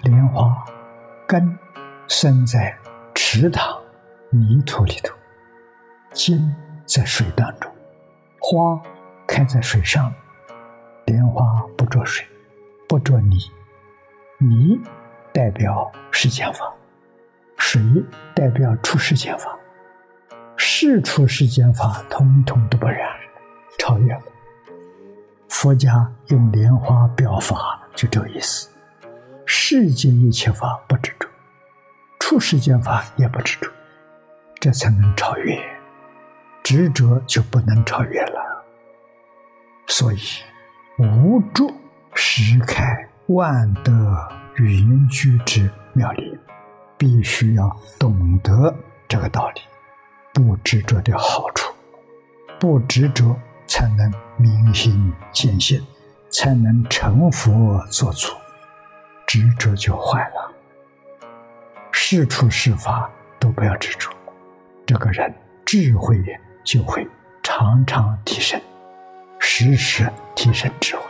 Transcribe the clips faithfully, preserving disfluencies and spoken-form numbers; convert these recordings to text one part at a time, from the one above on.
莲花根生在池塘泥土里头，茎在水当中，花开在水上。莲花不着水，不着泥，泥代表世间法，水代表出世间法，世出世间法统统都不然，超越了。佛家用莲花表法，就这个意思。世间一切法不执着，出世间法也不执着，这才能超越。执着就不能超越了。所以无着实开万德云居之妙理，必须要懂得这个道理，不执着的好处，不执着才能明心见性，才能成佛做主。执着就坏了，世出世法都不要执着，这个人智慧就会常常提升，时时提升智慧。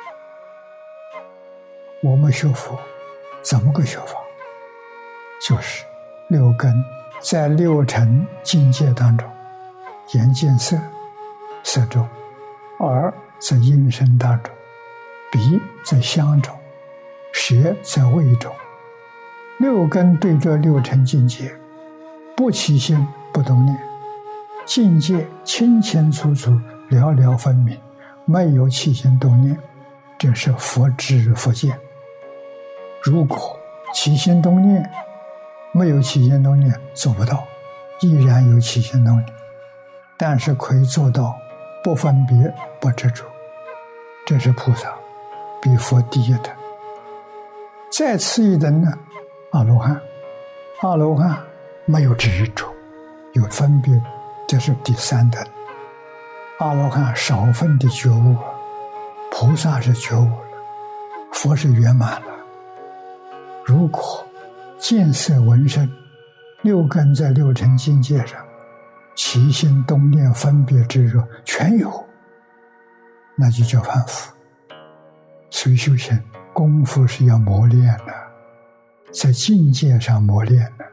我们学佛怎么个学法？就是六根在六尘境界当中，眼见色，色中；耳在音声当中，鼻在香中，舌在味中。六根对这六尘境界不起心不动念，境界清清楚楚寥寥分明，没有起心动念，这是佛知佛见。如果起心动念，没有起心动念做不到，依然有起心动念，但是可以做到不分别不执着，这是菩萨，比佛低一等。再次一等呢，阿罗汉。阿罗汉没有执着，有分别，这是第三等。阿罗汉少分的觉悟，菩萨是觉悟了，佛是圆满了。如果见色闻声，六根在六尘境界上，起心动念分别执着全有，那就叫凡夫。所以修行功夫是要磨练的，在境界上磨练的。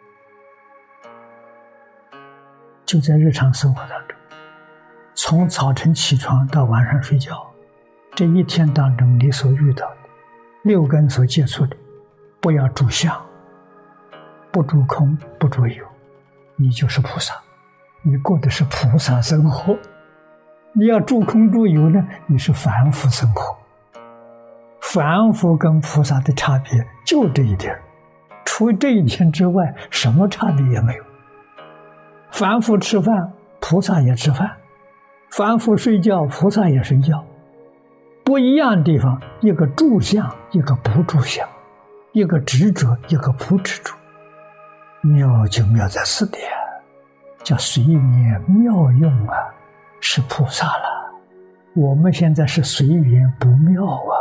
就在日常生活当中，从早晨起床到晚上睡觉，这一天当中你所遇到的六根所接触的，不要住相，不住空，不住有，你就是菩萨，你过的是菩萨生活。你要住空住有呢，你是凡夫生活。凡夫跟菩萨的差别就这一点，除这一点之外，什么差别也没有。凡夫吃饭，菩萨也吃饭；凡夫睡觉，菩萨也睡觉。不一样的地方，一个住相，一个不住相，一个执着，一个不执着。妙就妙在此点，叫随缘妙用啊，是菩萨了。我们现在是随缘不妙啊。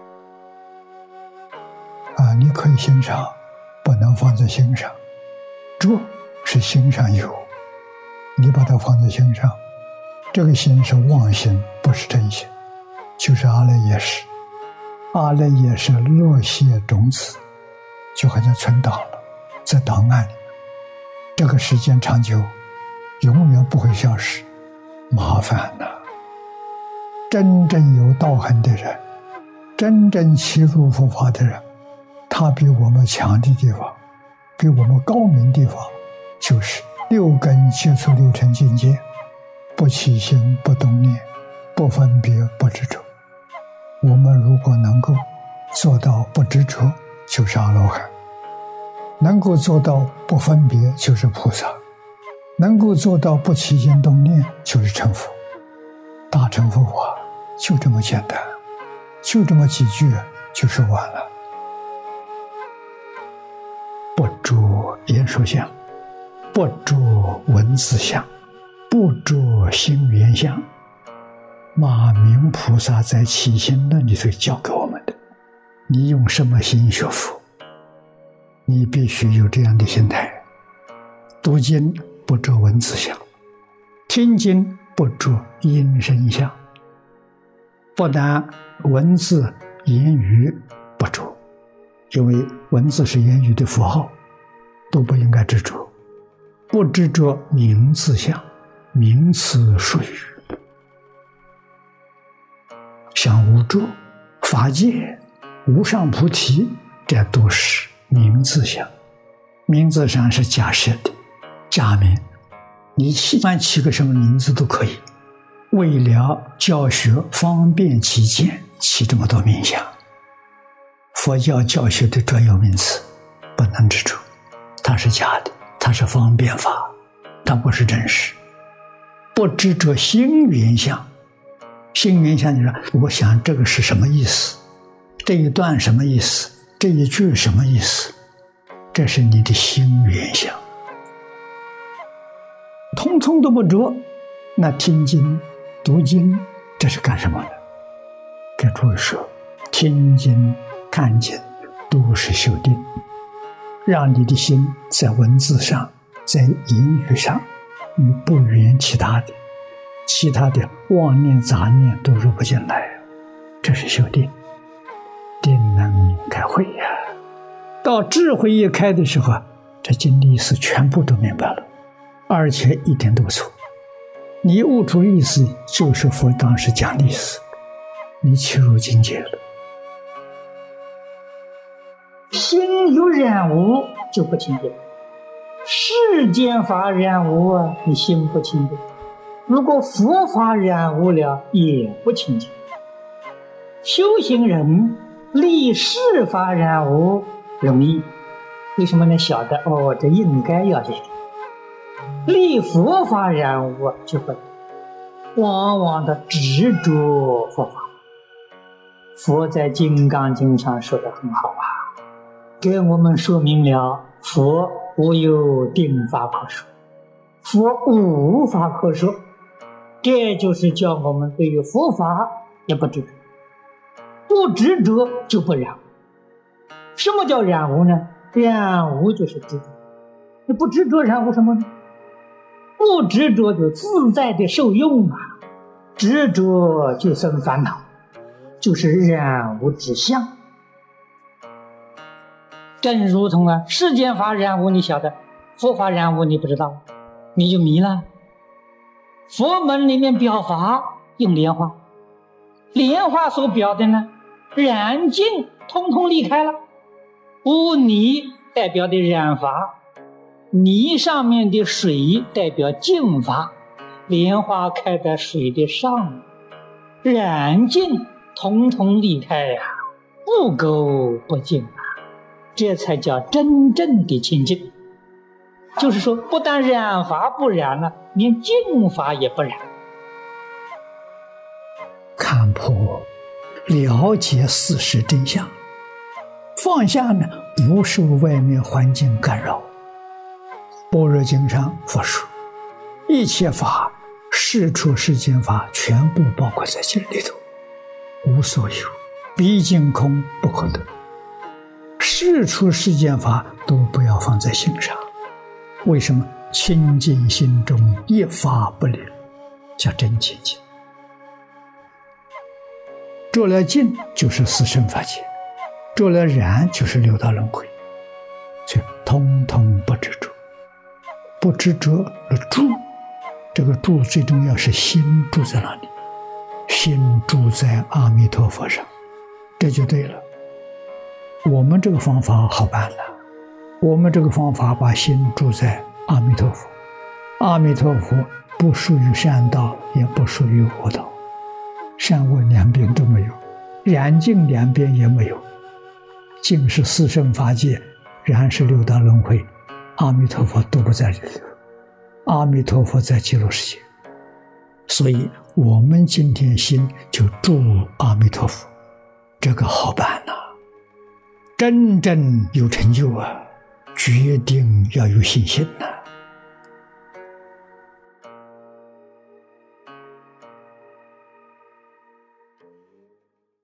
啊，你可以欣赏，不能放在心上。着是心上有，你把它放在心上，这个心是妄心，不是真心，就是阿赖耶识。阿赖耶识落谢种子，就好像存档了，在档案里，这个时间长久，永远不会消失，麻烦了。真正有道行的人，真正契入佛法的人，他比我们强的地方，比我们高明的地方，就是六根接触六尘境界，不起心不动念，不分别不执着。我们如果能够做到不执着，就是阿罗汉；能够做到不分别，就是菩萨；能够做到不起心动念，就是成佛。大乘佛法就这么简单，就这么几句就说完了。不着言说相，不着文字相，不着心缘相。马明菩萨在《起心论》里头教给我们的，你用什么心学佛？你必须有这样的心态。读经不着文字相，听经不着音声相，不但文字言语不着， 因为文字是言语的符号，都不应该执着，不执着名字相、名词术语，像无著、法界、无上菩提，这都是名字相。名字上是假设的，假名，你喜欢起个什么名字都可以，为了教学方便起见，起这么多名相。佛教教学的专有名词不能执着，它是假的，它是方便法，它不是真实。不执着心缘相，心缘相就是我想这个是什么意思，这一段什么意思，这一句什么意思，这是你的心缘相，通通都不着。那听经读经这是干什么的？给诸位说，听经看经都是修定，让你的心在文字上，在言语上，你不缘其他的，其他的妄念杂念都入不进来，这是修定。定能开慧呀、啊，到智慧一开的时候，这经的意思全部都明白了，而且一点都不错。你悟出意思，就是佛当时讲的意思，你切入境界了。 心有染污就不清净，世间法染污啊，你心不清净。如果佛法染污了，也不清净。修行人立世法染污容易，为什么呢？晓得哦，这应该要这样。立佛法染污就会往往的执着佛法。佛在《金刚经》上说的很好啊，给我们说明了佛无有定法可说，佛无法可说，这就是叫我们对于佛法也不执着，不执着就不染污。什么叫染污呢？染污就是执着，你不执着染污什么呢？不执着就自在的受用啊，执着就生烦恼，就是染污之相。正如同啊，世间法染污你晓得，佛法染污你不知道，你就迷了。佛门里面表法用莲花，莲花所表的呢，染净通通离开了。污泥代表的染法，泥上面的水代表净法，莲花开在水的上，染净统统离开呀、啊，不垢不净啊，这才叫真正的清净。就是说，不但染法不染了，连净法也不染。 看破，了解事实真相，放下呢，不受外面环境干扰。般若经上佛说，一切法，事出世间法，全部包括在经里头，无所有，毕竟空不可得。事出世间法都不要放在心上。为什么？清净心中一法不留，叫真清净。着了净就是四圣法界，着了染就是六道轮回，所以通通不执着。不执着了住，这个住最重要是心住在哪里？心住在阿弥陀佛上，这就对了。我们这个方法好办了，我们这个方法把心住在阿弥陀佛，阿弥陀佛不属于善道，也不属于恶道，善恶两边都没有，染净两边也没有。净是四圣法界，染是六道轮回，阿弥陀佛都不在这里，阿弥陀佛在极乐世界，所以我们今天心就住阿弥陀佛，这个好办呐、啊，真正有成就啊，决定要有信心呐、啊。